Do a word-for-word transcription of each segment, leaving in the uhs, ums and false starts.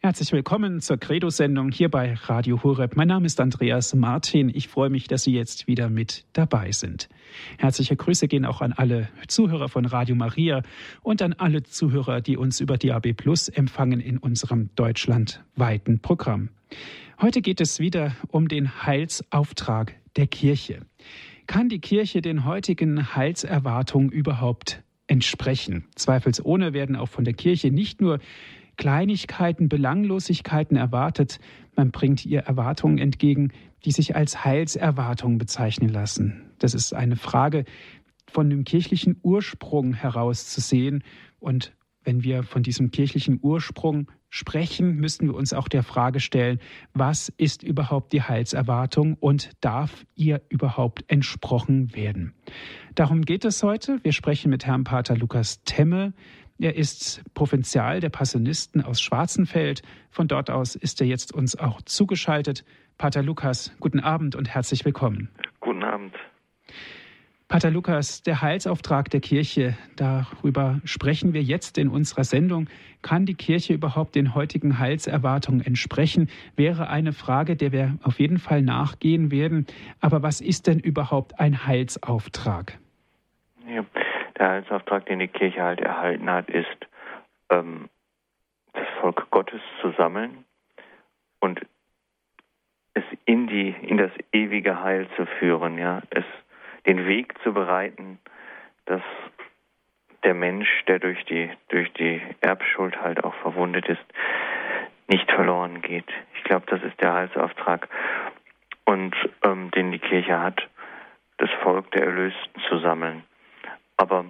Herzlich willkommen zur Credo-Sendung hier bei Radio Horeb. Mein Name ist Andreas Martin. Ich freue mich, dass Sie jetzt wieder mit dabei sind. Herzliche Grüße gehen auch an alle Zuhörer von Radio Maria und an alle Zuhörer, die uns über D A B Plus empfangen in unserem deutschlandweiten Programm. Heute geht es wieder um den Heilsauftrag der Kirche. Kann die Kirche den heutigen Heilserwartungen überhaupt entsprechen? Zweifelsohne werden auch von der Kirche nicht nur Kleinigkeiten, Belanglosigkeiten erwartet. Man bringt ihr Erwartungen entgegen, die sich als Heilserwartungen bezeichnen lassen. Das ist eine Frage von dem kirchlichen Ursprung heraus zu sehen. Und wenn wir von diesem kirchlichen Ursprung sprechen, müssen wir uns auch der Frage stellen, was ist überhaupt die Heilserwartung und darf ihr überhaupt entsprochen werden? Darum geht es heute. Wir sprechen mit Herrn Pater Lukas Temme. Er ist Provinzial der Passionisten aus Schwarzenfeld. Von dort aus ist er jetzt uns auch zugeschaltet. Pater Lukas, guten Abend und herzlich willkommen. Guten Abend. Pater Lukas, der Heilsauftrag der Kirche, darüber sprechen wir jetzt in unserer Sendung. Kann die Kirche überhaupt den heutigen Heilserwartungen entsprechen? Wäre eine Frage, der wir auf jeden Fall nachgehen werden. Aber was ist denn überhaupt ein Heilsauftrag? Ja. Der Heilsauftrag, den die Kirche halt erhalten hat, ist, ähm, das Volk Gottes zu sammeln und es in die in das ewige Heil zu führen, ja, es den Weg zu bereiten, dass der Mensch, der durch die durch die Erbschuld halt auch verwundet ist, nicht verloren geht. Ich glaube, das ist der Heilsauftrag, und ähm, den die Kirche hat, das Volk der Erlösten zu sammeln. Aber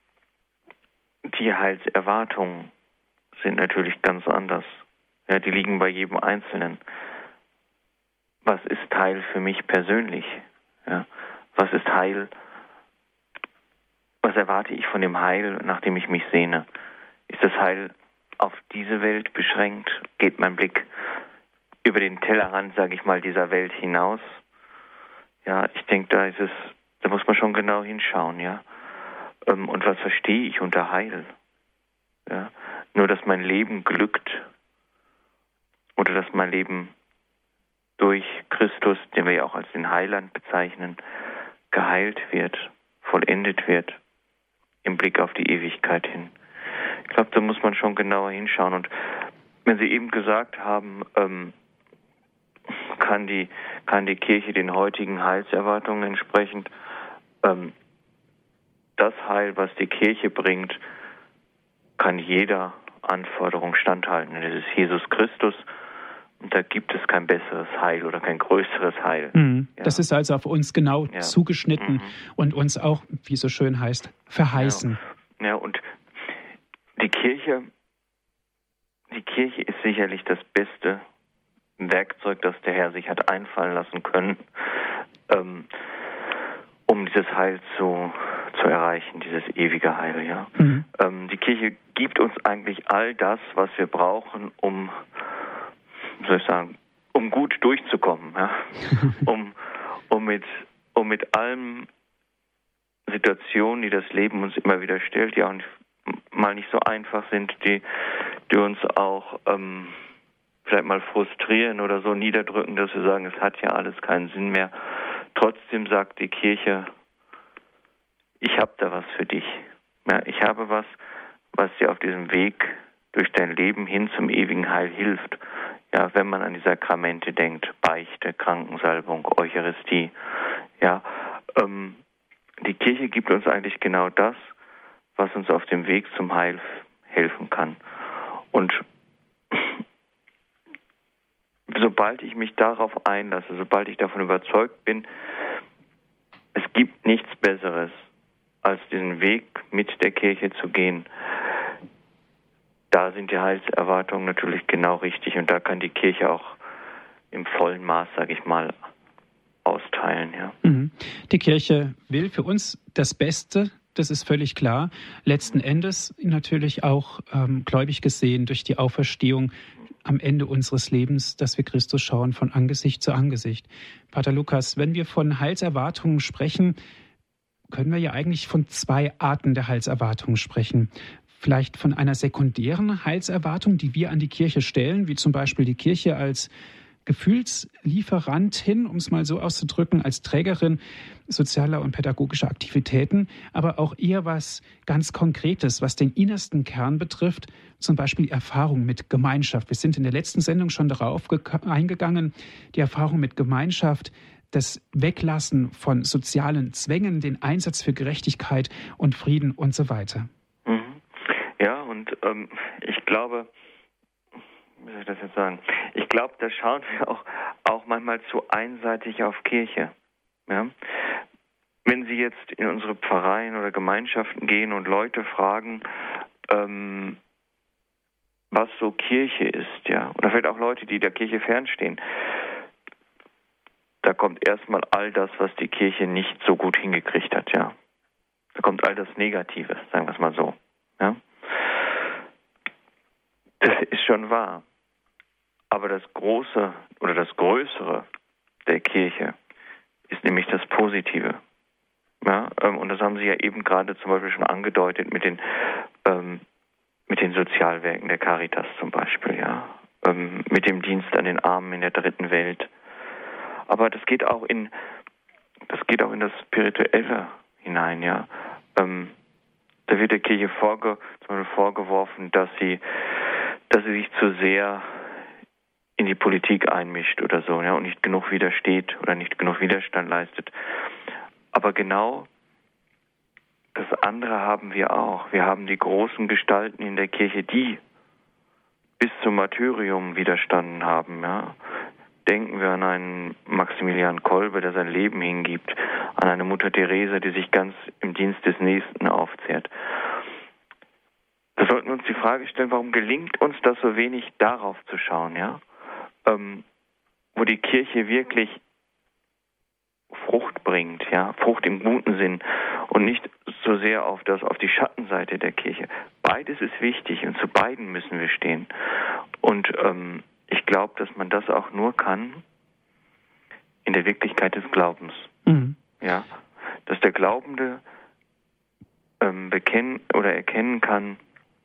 die Heilserwartungen sind natürlich ganz anders. Ja, die liegen bei jedem Einzelnen. Was ist Heil für mich persönlich? Ja, was ist Heil? Was erwarte ich von dem Heil, nach dem ich mich sehne? Ist das Heil auf diese Welt beschränkt? Geht mein Blick über den Tellerrand, sage ich mal, dieser Welt hinaus? Ja, ich denke, da ist es, da muss man schon genau hinschauen, ja. Und was verstehe ich unter Heil? Ja, nur, dass mein Leben glückt oder dass mein Leben durch Christus, den wir ja auch als den Heiland bezeichnen, geheilt wird, vollendet wird, im Blick auf die Ewigkeit hin. Ich glaube, da muss man schon genauer hinschauen. Und wenn Sie eben gesagt haben, ähm, kann die, kann die Kirche den heutigen Heilserwartungen entsprechend, ähm, das Heil, was die Kirche bringt, kann jeder Anforderung standhalten. Das ist Jesus Christus, und da gibt es kein besseres Heil oder kein größeres Heil. Mhm. Ja. Das ist also auf uns genau ja. zugeschnitten mhm. und uns auch, wie es so schön heißt, verheißen. Ja. ja, und die Kirche, die Kirche ist sicherlich das beste Werkzeug, das der Herr sich hat einfallen lassen können, ähm, um dieses Heil zu zu erreichen, dieses ewige Heil, ja. Mhm. Ähm, die Kirche gibt uns eigentlich all das, was wir brauchen, um, soll ich sagen, um gut durchzukommen, ja. um, um mit, um mit allen Situationen, die das Leben uns immer wieder stellt, die auch nicht, mal nicht so einfach sind, die, die uns auch ähm, vielleicht mal frustrieren oder so niederdrücken, dass wir sagen, es hat ja alles keinen Sinn mehr. Trotzdem sagt die Kirche, ich habe da was für dich. Ja, ich habe was, was dir auf diesem Weg durch dein Leben hin zum ewigen Heil hilft. Ja, wenn man an die Sakramente denkt, Beichte, Krankensalbung, Eucharistie. Ja, ähm, die Kirche gibt uns eigentlich genau das, was uns auf dem Weg zum Heil helfen kann. Und sobald ich mich darauf einlasse, sobald ich davon überzeugt bin, es gibt nichts Besseres, als diesen Weg mit der Kirche zu gehen, da sind die Heilserwartungen natürlich genau richtig, und da kann die Kirche auch im vollen Maß, sage ich mal, austeilen. Ja. Mhm. Die Kirche will für uns das Beste, das ist völlig klar. Letzten Endes natürlich auch ähm, gläubig gesehen durch die Auferstehung am Ende unseres Lebens, dass wir Christus schauen von Angesicht zu Angesicht. Pater Lukas, wenn wir von Heilserwartungen sprechen, können wir ja eigentlich von zwei Arten der Heilserwartungen sprechen. vielleicht von einer sekundären Heilserwartung, die wir an die Kirche stellen, wie zum Beispiel die Kirche als Gefühlslieferantin, um es mal so auszudrücken, als Trägerin sozialer und pädagogischer Aktivitäten, aber auch eher was ganz Konkretes, was den innersten Kern betrifft, zum Beispiel die Erfahrung mit Gemeinschaft. Wir sind in der letzten Sendung schon darauf eingegangen, die Erfahrung mit Gemeinschaft, das Weglassen von sozialen Zwängen, den Einsatz für Gerechtigkeit und Frieden und so weiter. Mhm. Ja, und ähm, ich glaube, wie soll ich das jetzt sagen? Ich glaube, da schauen wir auch, auch manchmal zu einseitig auf Kirche. Ja? Wenn Sie jetzt in unsere Pfarreien oder Gemeinschaften gehen und Leute fragen, ähm, was so Kirche ist, ja, oder vielleicht auch Leute, die der Kirche fernstehen, da kommt erstmal all das, was die Kirche nicht so gut hingekriegt hat, ja. Da kommt all das Negative, sagen wir es mal so, ja. Das ist schon wahr. Aber das Große oder das Größere der Kirche ist nämlich das Positive. Ja, und das haben Sie ja eben gerade zum Beispiel schon angedeutet mit den, ähm, mit den Sozialwerken der Caritas zum Beispiel, ja, ähm, mit dem Dienst an den Armen in der dritten Welt. Aber das geht auch in, das geht auch in das Spirituelle hinein, ja. Ähm, da wird der Kirche vorge, zum Beispiel vorgeworfen, dass sie, dass sie sich zu sehr in die Politik einmischt oder so, ja, und nicht genug widersteht oder nicht genug Widerstand leistet. Aber genau das andere haben wir auch. Wir haben die großen Gestalten in der Kirche, die bis zum Martyrium widerstanden haben, ja. Denken wir an einen Maximilian Kolbe, der sein Leben hingibt, an eine Mutter Teresa, die sich ganz im Dienst des Nächsten aufzehrt. Da sollten wir uns die Frage stellen, warum gelingt uns das so wenig, darauf zu schauen, ja? Ähm, wo die Kirche wirklich Frucht bringt, ja, Frucht im guten Sinn und nicht so sehr auf das, auf die Schattenseite der Kirche. Beides ist wichtig und zu beiden müssen wir stehen. Und ähm, ich glaube, dass man das auch nur kann in der Wirklichkeit des Glaubens. Mhm. Ja, dass der Glaubende ähm, bekennen oder erkennen kann,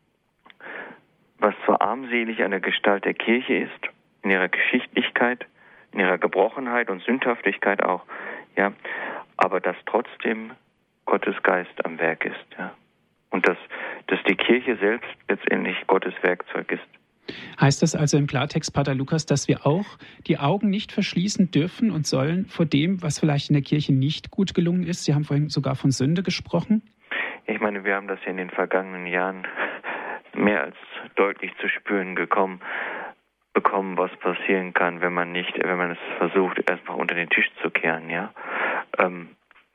was zwar armselig an der Gestalt der Kirche ist, in ihrer Geschichtlichkeit, in ihrer Gebrochenheit und Sündhaftigkeit auch, ja, aber dass trotzdem Gottes Geist am Werk ist, ja, und dass, dass die Kirche selbst letztendlich Gottes Werkzeug ist. Heißt das also im Klartext, Pater Lukas, dass wir auch die Augen nicht verschließen dürfen und sollen vor dem, was vielleicht in der Kirche nicht gut gelungen ist? Sie haben vorhin sogar von Sünde gesprochen. Ich meine, wir haben das ja in den vergangenen Jahren mehr als deutlich zu spüren gekommen, bekommen, was passieren kann, wenn man nicht, wenn man es versucht, erstmal unter den Tisch zu kehren, ja. Ähm,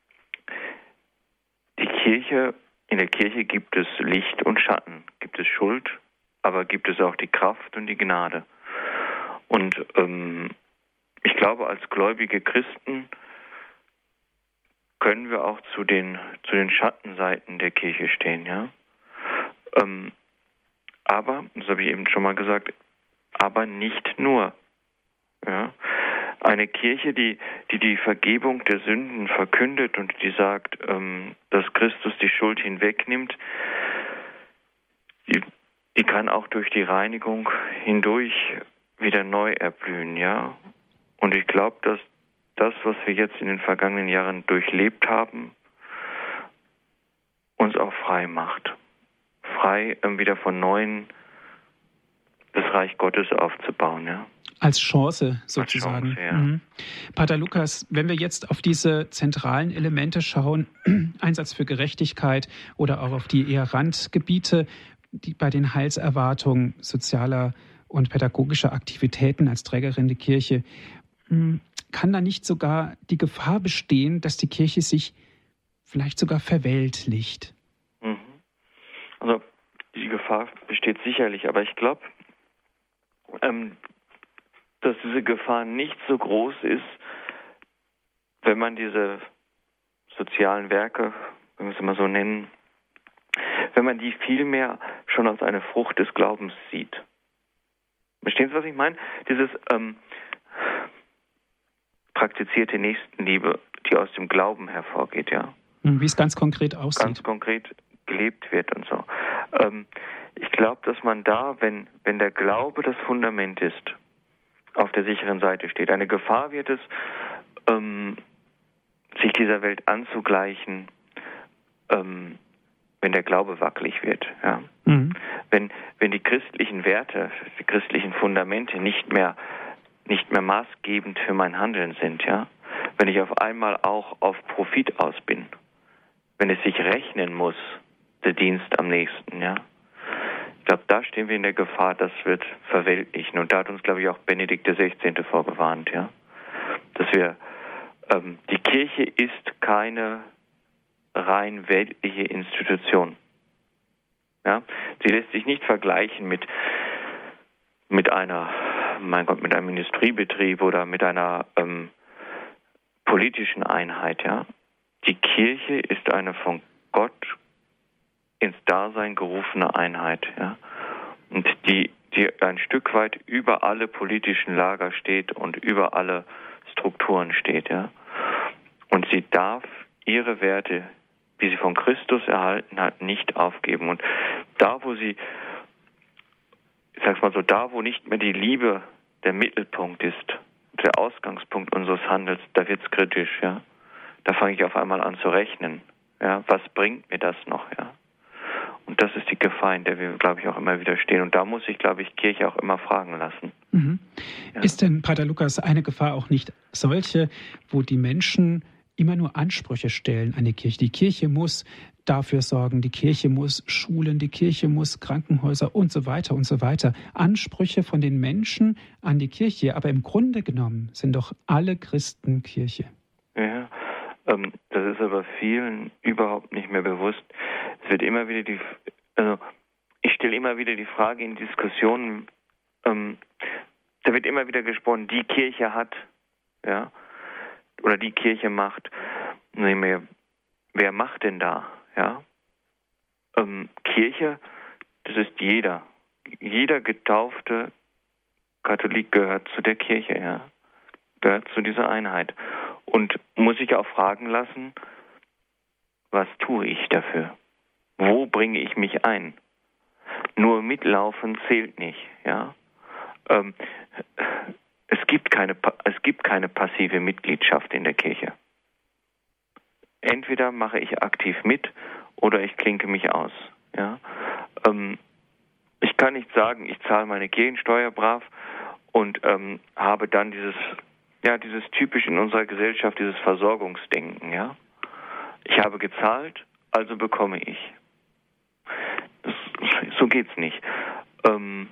die Kirche, in der Kirche gibt es Licht und Schatten, gibt es Schuld, aber gibt es auch die Kraft und die Gnade. Und ähm, ich glaube, als gläubige Christen können wir auch zu den zu den Schattenseiten der Kirche stehen, ja. Ähm, aber, das habe ich eben schon mal gesagt, aber nicht nur. Ja. Eine Kirche, die, die die Vergebung der Sünden verkündet und die sagt, ähm, dass Christus die Schuld hinwegnimmt, die, die kann auch durch die Reinigung hindurch wieder neu erblühen, ja. Und ich glaube, dass das, was wir jetzt in den vergangenen Jahren durchlebt haben, uns auch frei macht. Frei, ähm, wieder von Neuem das Reich Gottes aufzubauen, ja. Als Chance sozusagen. Als Chance, ja. Mhm. Pater Lukas, wenn wir jetzt auf diese zentralen Elemente schauen, Einsatz für Gerechtigkeit oder auch auf die eher Randgebiete, die bei den Heilserwartungen sozialer und pädagogischer Aktivitäten als Trägerin der Kirche, kann da nicht sogar die Gefahr bestehen, dass die Kirche sich vielleicht sogar verweltlicht? Mhm. Also die Gefahr besteht sicherlich, aber ich glaube, ähm, dass diese Gefahr nicht so groß ist, wenn man diese sozialen Werke, wenn wir es mal so nennen, wenn man die vielmehr schon als eine Frucht des Glaubens sieht. Verstehen Sie, was ich meine? Dieses ähm, praktizierte Nächstenliebe, die aus dem Glauben hervorgeht, ja. Wie es ganz konkret aussieht. Ganz konkret gelebt wird und so. Ähm, ich glaube, dass man da, wenn, wenn der Glaube das Fundament ist, auf der sicheren Seite steht. Eine Gefahr wird es, ähm, sich dieser Welt anzugleichen, ähm, wenn der Glaube wackelig wird. Ja? Mhm. Wenn, wenn die christlichen Werte, die christlichen Fundamente nicht mehr, nicht mehr maßgebend für mein Handeln sind, ja? Wenn ich auf einmal auch auf Profit aus bin, wenn es sich rechnen muss, der Dienst am nächsten, ja. Ich glaube, da stehen wir in der Gefahr, das wird verweltlichen. Und da hat uns, glaube ich, auch Benedikt der Sechzehnte vorgewarnt, ja. Dass wir, ähm, die Kirche ist keine rein weltliche Institution. Ja. Sie lässt sich nicht vergleichen mit, mit einer, mein Gott, mit einem Industriebetrieb oder mit einer, ähm, politischen Einheit, ja. Die Kirche ist eine von Gott ins Dasein gerufene Einheit, ja. Und die, die ein Stück weit über alle politischen Lager steht und über alle Strukturen steht, ja. Und sie darf ihre Werte, wie sie von Christus erhalten hat, nicht aufgeben. Und da, wo sie, ich sag's mal so, da, wo nicht mehr die Liebe der Mittelpunkt ist, der Ausgangspunkt unseres Handels, da wird's kritisch, ja. Da fange ich auf einmal an zu rechnen, ja. Was bringt mir das noch, ja? Und das ist die Gefahr, in der wir, glaube ich, auch immer wieder stehen. Und da muss sich, glaube ich, Kirche auch immer fragen lassen. Mhm. Ja. Ist denn, Pater Lukas, eine Gefahr auch nicht solche, wo die Menschen immer nur Ansprüche stellen an die Kirche? Die Kirche muss dafür sorgen, die Kirche muss Schulen, die Kirche muss Krankenhäuser und so weiter und so weiter. Ansprüche von den Menschen an die Kirche, aber im Grunde genommen sind doch alle Christen Kirche. Ja, ähm, das ist aber vielen überhaupt nicht mehr bewusst. Es wird immer wieder die, also ich stelle immer wieder die Frage in Diskussionen, ähm, da wird immer wieder gesprochen, die Kirche hat, ja, oder die Kirche macht. Nee, wer macht denn da? Ja, ähm, Kirche, das ist jeder. Jeder getaufte Katholik gehört zu der Kirche, ja, gehört zu dieser Einheit. Und muss sich auch fragen lassen, was tue ich dafür? Wo bringe ich mich ein? Nur mitlaufen zählt nicht, ja. Ähm, es gibt keine, es gibt keine passive Mitgliedschaft in der Kirche. Entweder mache ich aktiv mit oder ich klinke mich aus. Ja? Ähm, ich kann nicht sagen, ich zahle meine Kirchensteuer brav und ähm, habe dann dieses, ja, dieses typisch in unserer Gesellschaft, dieses Versorgungsdenken. Ja? Ich habe gezahlt, also bekomme ich. Das, so geht's nicht. Ähm,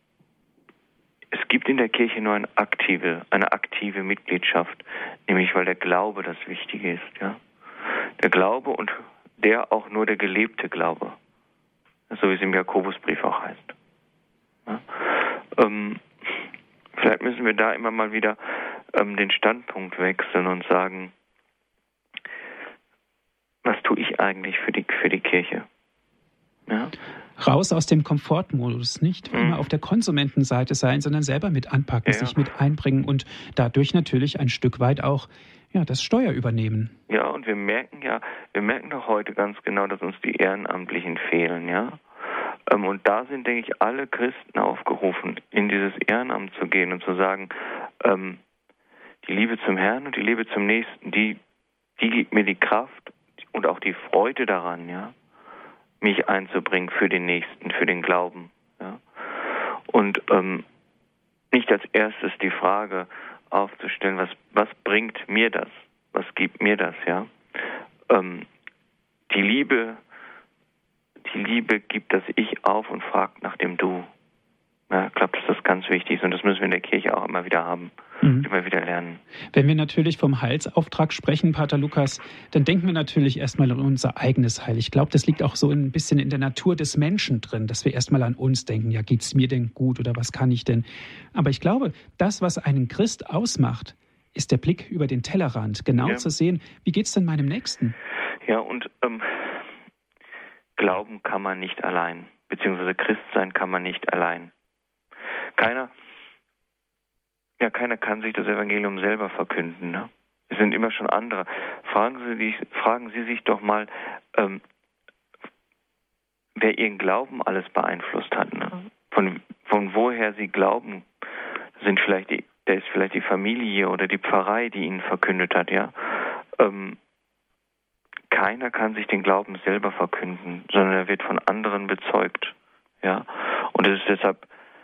es gibt in der Kirche nur eine aktive, eine aktive Mitgliedschaft, nämlich weil der Glaube das Wichtige ist. Ja? Der Glaube und der auch nur der gelebte Glaube, so wie es im Jakobusbrief auch heißt. Ja? Ähm, vielleicht müssen wir da immer mal wieder ähm, den Standpunkt wechseln und sagen, was tue ich eigentlich für die, für die Kirche? Ja? Raus aus dem Komfortmodus, nicht mhm. immer auf der Konsumentenseite sein, sondern selber mit anpacken, ja. sich mit einbringen und dadurch natürlich ein Stück weit auch ja, das Steuer übernehmen. Ja, und wir merken ja, wir merken doch heute ganz genau, dass uns die Ehrenamtlichen fehlen, ja. Ähm, und da sind, denke ich, alle Christen aufgerufen, in dieses Ehrenamt zu gehen und zu sagen, ähm, die Liebe zum Herrn und die Liebe zum Nächsten, die, die gibt mir die Kraft und auch die Freude daran, ja, mich einzubringen für den Nächsten, für den Glauben, ja. Und ähm, nicht als erstes die Frage aufzustellen, was, was bringt mir das? Was gibt mir das, ja? Ähm, die Liebe, die Liebe gibt das Ich auf und fragt nach dem Du. Ja, ich glaube, dass das ganz wichtig ist und das müssen wir in der Kirche auch immer wieder haben, mhm. immer wieder lernen. Wenn wir natürlich vom Heilsauftrag sprechen, Pater Lukas, dann denken wir natürlich erstmal an unser eigenes Heil. Ich glaube, das liegt auch so ein bisschen in der Natur des Menschen drin, dass wir erstmal an uns denken, ja, geht's mir denn gut oder was kann ich denn? Aber ich glaube, das, was einen Christ ausmacht, ist der Blick über den Tellerrand, genau ja. zu sehen, wie geht's denn meinem Nächsten? Ja, und ähm, glauben kann man nicht allein, beziehungsweise Christ sein kann man nicht allein. Keiner, ja, keiner kann sich das Evangelium selber verkünden. Ne? Es sind immer schon andere. Fragen Sie, die, fragen Sie sich doch mal, ähm, wer ihren Glauben alles beeinflusst hat. Ne? Von, von woher sie glauben, sind vielleicht die, da ist vielleicht die Familie oder die Pfarrei, die ihnen verkündet hat. Ja, ähm, keiner kann sich den Glauben selber verkünden, sondern er wird von anderen bezeugt. Ja, und es ist deshalb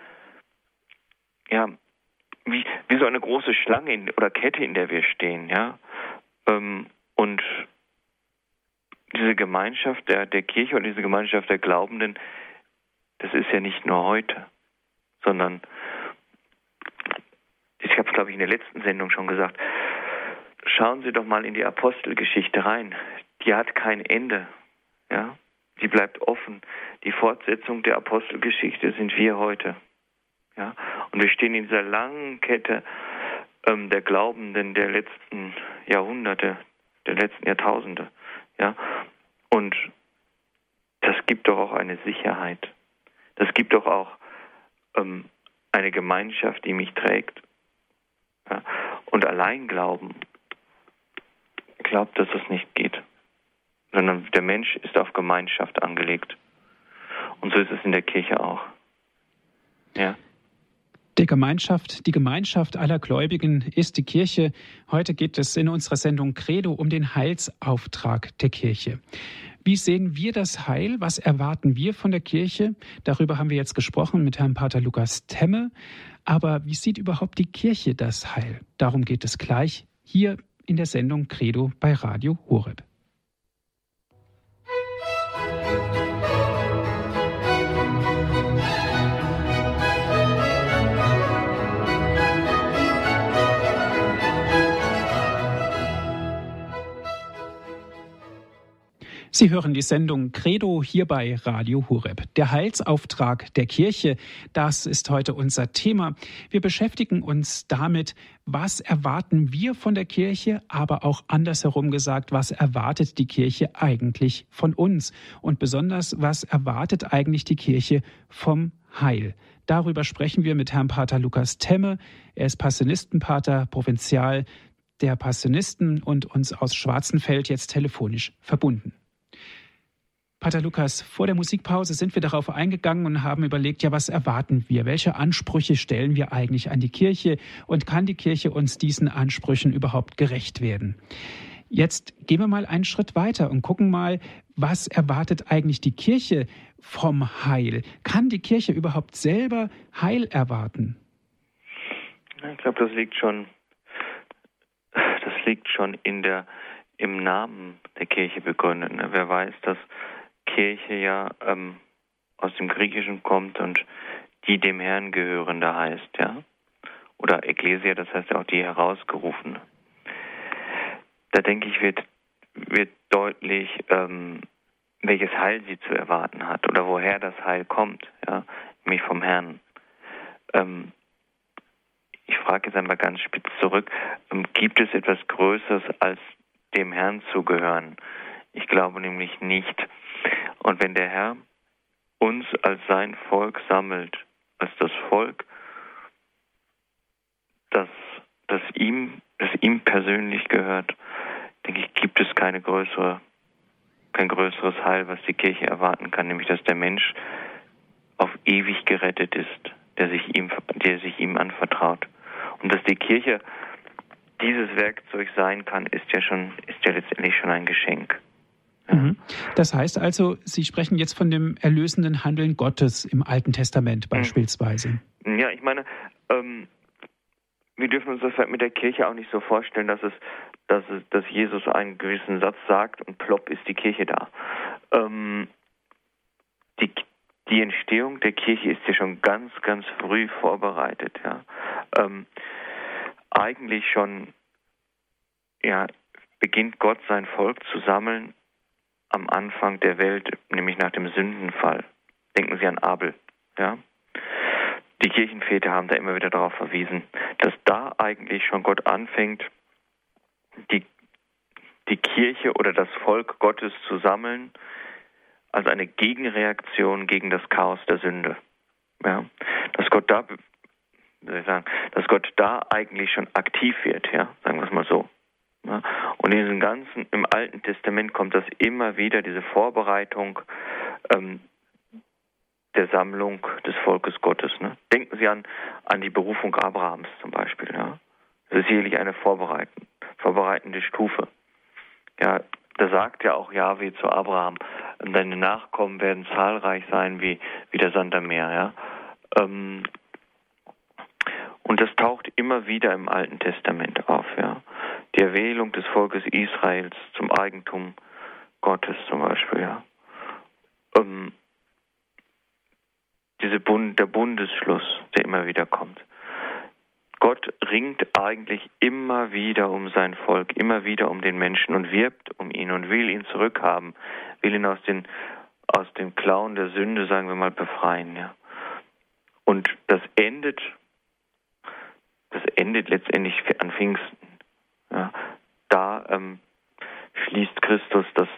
ja wie, wie so eine große Schlange in, oder Kette, in der wir stehen. Ja, ähm, und diese Gemeinschaft der, der Kirche und diese Gemeinschaft der Glaubenden, das ist ja nicht nur heute, sondern ich habe es, glaube ich, in der letzten Sendung schon gesagt, schauen Sie doch mal in die Apostelgeschichte rein. Die hat kein Ende. Ja? Die bleibt offen. Die Fortsetzung der Apostelgeschichte sind wir heute. Ja? Und wir stehen in dieser langen Kette ähm, der Glaubenden der letzten Jahrhunderte, der letzten Jahrtausende. Ja, und das gibt doch auch eine Sicherheit. Das gibt doch auch ähm, eine Gemeinschaft, die mich trägt. Ja, und allein glauben, glaubt, dass es nicht geht. Sondern der Mensch ist auf Gemeinschaft angelegt. Und so ist es in der Kirche auch. Ja. Der Gemeinschaft, die Gemeinschaft aller Gläubigen ist die Kirche. Heute geht es in unserer Sendung Credo um den Heilsauftrag der Kirche. Wie sehen wir das Heil? Was erwarten wir von der Kirche? Darüber haben wir jetzt gesprochen mit Herrn Pater Lukas Temme. Aber wie sieht überhaupt die Kirche das Heil? Darum geht es gleich hier in der Sendung Credo bei Radio Horeb. Sie hören die Sendung Credo hier bei Radio Horeb. Der Heilsauftrag der Kirche, das ist heute unser Thema. Wir beschäftigen uns damit, was erwarten wir von der Kirche, aber auch andersherum gesagt, was erwartet die Kirche eigentlich von uns? Und besonders, was erwartet eigentlich die Kirche vom Heil? Darüber sprechen wir mit Herrn Pater Lukas Temme. Er ist Passionistenpater, Provinzial der Passionisten und uns aus Schwarzenfeld jetzt telefonisch verbunden. Pater Lukas, vor der Musikpause sind wir darauf eingegangen und haben überlegt, ja, was erwarten wir? Welche Ansprüche stellen wir eigentlich an die Kirche? Und kann die Kirche uns diesen Ansprüchen überhaupt gerecht werden? Jetzt gehen wir mal einen Schritt weiter und gucken mal, was erwartet eigentlich die Kirche vom Heil? Kann die Kirche überhaupt selber Heil erwarten? Ich glaube, das liegt schon, das liegt schon in der, im Namen der Kirche begründet. Wer weiß, dass Kirche ja ähm, aus dem Griechischen kommt und die dem Herrn gehörende heißt, ja. Oder Ekklesia, das heißt ja auch die Herausgerufene. Da denke ich, wird, wird deutlich, ähm, welches Heil sie zu erwarten hat oder woher das Heil kommt, ja, nämlich vom Herrn. Ähm, ich frage jetzt einmal ganz spitz zurück, ähm, gibt es etwas Größeres als dem Herrn zu gehören? Ich glaube nämlich nicht. Und wenn der Herr uns als sein Volk sammelt, als das Volk, das, das ihm, das ihm persönlich gehört, denke ich, gibt es keine größere, kein größeres Heil, was die Kirche erwarten kann, nämlich dass der Mensch auf ewig gerettet ist, der sich ihm, der sich ihm anvertraut. Und dass die Kirche dieses Werkzeug sein kann, ist ja schon, ist ja letztendlich schon ein Geschenk. Mhm. Das heißt also, Sie sprechen jetzt von dem erlösenden Handeln Gottes im Alten Testament beispielsweise. Ja, ich meine, ähm, wir dürfen uns das halt mit der Kirche auch nicht so vorstellen, dass es, dass es, dass Jesus einen gewissen Satz sagt und plopp ist die Kirche da. Ähm, die, die Entstehung der Kirche ist ja schon ganz, ganz früh vorbereitet. Ja, ähm, eigentlich schon, ja, beginnt Gott sein Volk zu sammeln am Anfang der Welt, nämlich nach dem Sündenfall. Denken Sie an Abel. Ja? Die Kirchenväter haben da immer wieder darauf verwiesen, dass da eigentlich schon Gott anfängt, die, die Kirche oder das Volk Gottes zu sammeln, als eine Gegenreaktion gegen das Chaos der Sünde. Ja? Dass Gott da, wie soll ich sagen, dass Gott da eigentlich schon aktiv wird, ja? Sagen wir es mal so. Ja, und in diesem ganzen, im Alten Testament kommt das immer wieder, diese Vorbereitung, ähm, der Sammlung des Volkes Gottes. Ne? Denken Sie an, an die Berufung Abrahams zum Beispiel. Ja? Das ist sicherlich eine vorbereitende, vorbereitende Stufe. Ja, da sagt ja auch Jahwe zu Abraham, deine Nachkommen werden zahlreich sein wie, wie der Sand am Meer. Ja? Ähm, und das taucht immer wieder im Alten Testament auf. Ja? Die Erwählung des Volkes Israels zum Eigentum Gottes zum Beispiel. Ja? Ähm, diese Bund, der Bundesschluss, der immer wieder kommt. Gott ringt eigentlich immer wieder um sein Volk, immer wieder um den Menschen und wirbt um ihn und will ihn zurückhaben, will ihn aus den, aus den Klauen der Sünde, sagen wir mal, befreien. Ja. Und das endet, das endet letztendlich an Pfingsten. Ja. Da ähm, schließt Christus das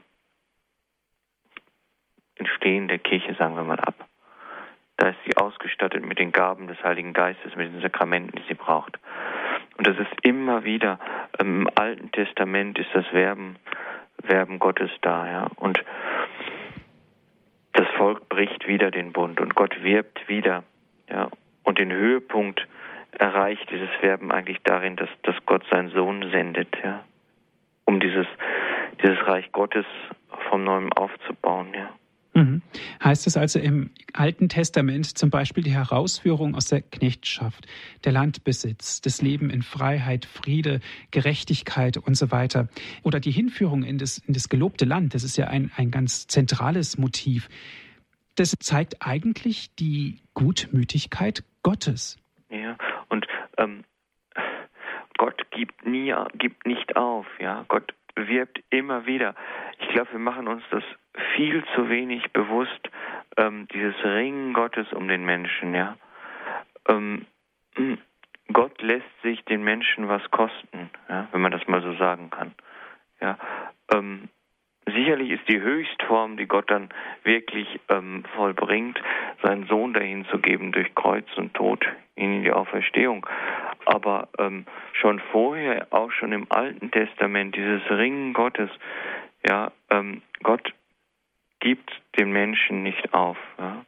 Entstehen der Kirche, sagen wir mal, ab. Da ist sie ausgestattet mit den Gaben des Heiligen Geistes, mit den Sakramenten, die sie braucht. Und das ist immer wieder, ähm, im Alten Testament ist das Werben, Werben Gottes da. Ja? Und das Volk bricht wieder den Bund und Gott wirbt wieder. Ja? Und den Höhepunkt erreicht dieses Werben eigentlich darin, dass, dass Gott seinen Sohn sendet, ja? Um dieses, dieses Reich Gottes vom Neuem aufzubauen. Ja? Mhm. Heißt es also im Alten Testament zum Beispiel die Herausführung aus der Knechtschaft, der Landbesitz, das Leben in Freiheit, Friede, Gerechtigkeit und so weiter oder die Hinführung in das, in das gelobte Land, das ist ja ein, ein ganz zentrales Motiv. Das zeigt eigentlich die Gutmütigkeit Gottes. Ja, und ähm, Gott gibt nie, gibt nicht auf, ja. Gott wirbt immer wieder. Ich glaube, wir machen uns das viel zu wenig bewusst, ähm, dieses Ringen Gottes um den Menschen, ja. Ähm, Gott lässt sich den Menschen was kosten, ja, wenn man das mal so sagen kann. Ja. Ähm, sicherlich ist die Höchstform, die Gott dann wirklich ähm, vollbringt, seinen Sohn dahin zu geben durch Kreuz und Tod in die Auferstehung. Aber ähm, schon vorher, auch schon im Alten Testament, dieses Ringen Gottes, ja, ähm, Gott gibt den Menschen nicht auf. Ja.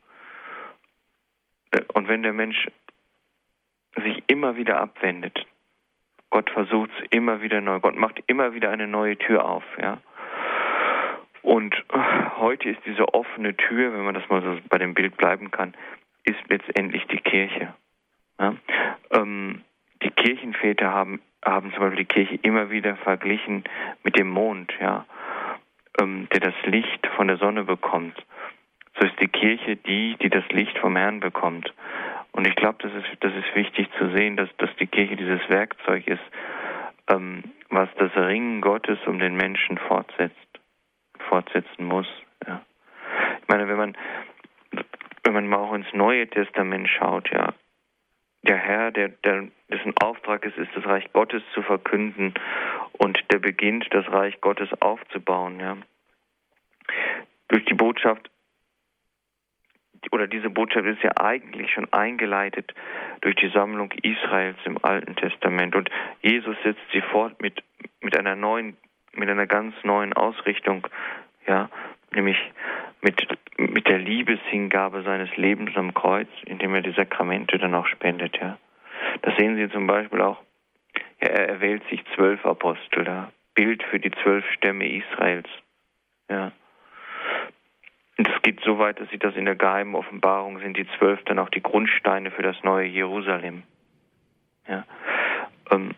Und wenn der Mensch sich immer wieder abwendet, Gott versucht es immer wieder neu, Gott macht immer wieder eine neue Tür auf. Ja. Und heute ist diese offene Tür, wenn man das mal so bei dem Bild bleiben kann, ist letztendlich die Kirche. Ja. Ähm, die Kirchenväter haben, haben zum Beispiel die Kirche immer wieder verglichen mit dem Mond, ja, ähm, der das Licht von der Sonne bekommt. So ist die Kirche die, die das Licht vom Herrn bekommt. Und ich glaube, das ist, das ist wichtig zu sehen, dass, dass die Kirche dieses Werkzeug ist, ähm, was das Ringen Gottes um den Menschen fortsetzt, fortsetzen muss. Ja. Ich meine, wenn man, wenn man mal auch ins Neue Testament schaut, ja, der Herr, der, der, dessen Auftrag es ist, das Reich Gottes zu verkünden und der beginnt, das Reich Gottes aufzubauen. Ja. Durch die Botschaft, oder diese Botschaft ist ja eigentlich schon eingeleitet durch die Sammlung Israels im Alten Testament. Und Jesus setzt sie fort mit, mit einer neuen, mit einer ganz neuen Ausrichtung, ja, nämlich mit, mit der Liebeshingabe seines Lebens am Kreuz, indem er die Sakramente dann auch spendet, ja. Das sehen Sie zum Beispiel auch, ja, er erwählt sich zwölf Apostel, da, Bild für die zwölf Stämme Israels, ja. Und es geht so weit, dass sie das in der geheimen Offenbarung sind, die zwölf dann auch die Grundsteine für das neue Jerusalem. Ja. Ähm,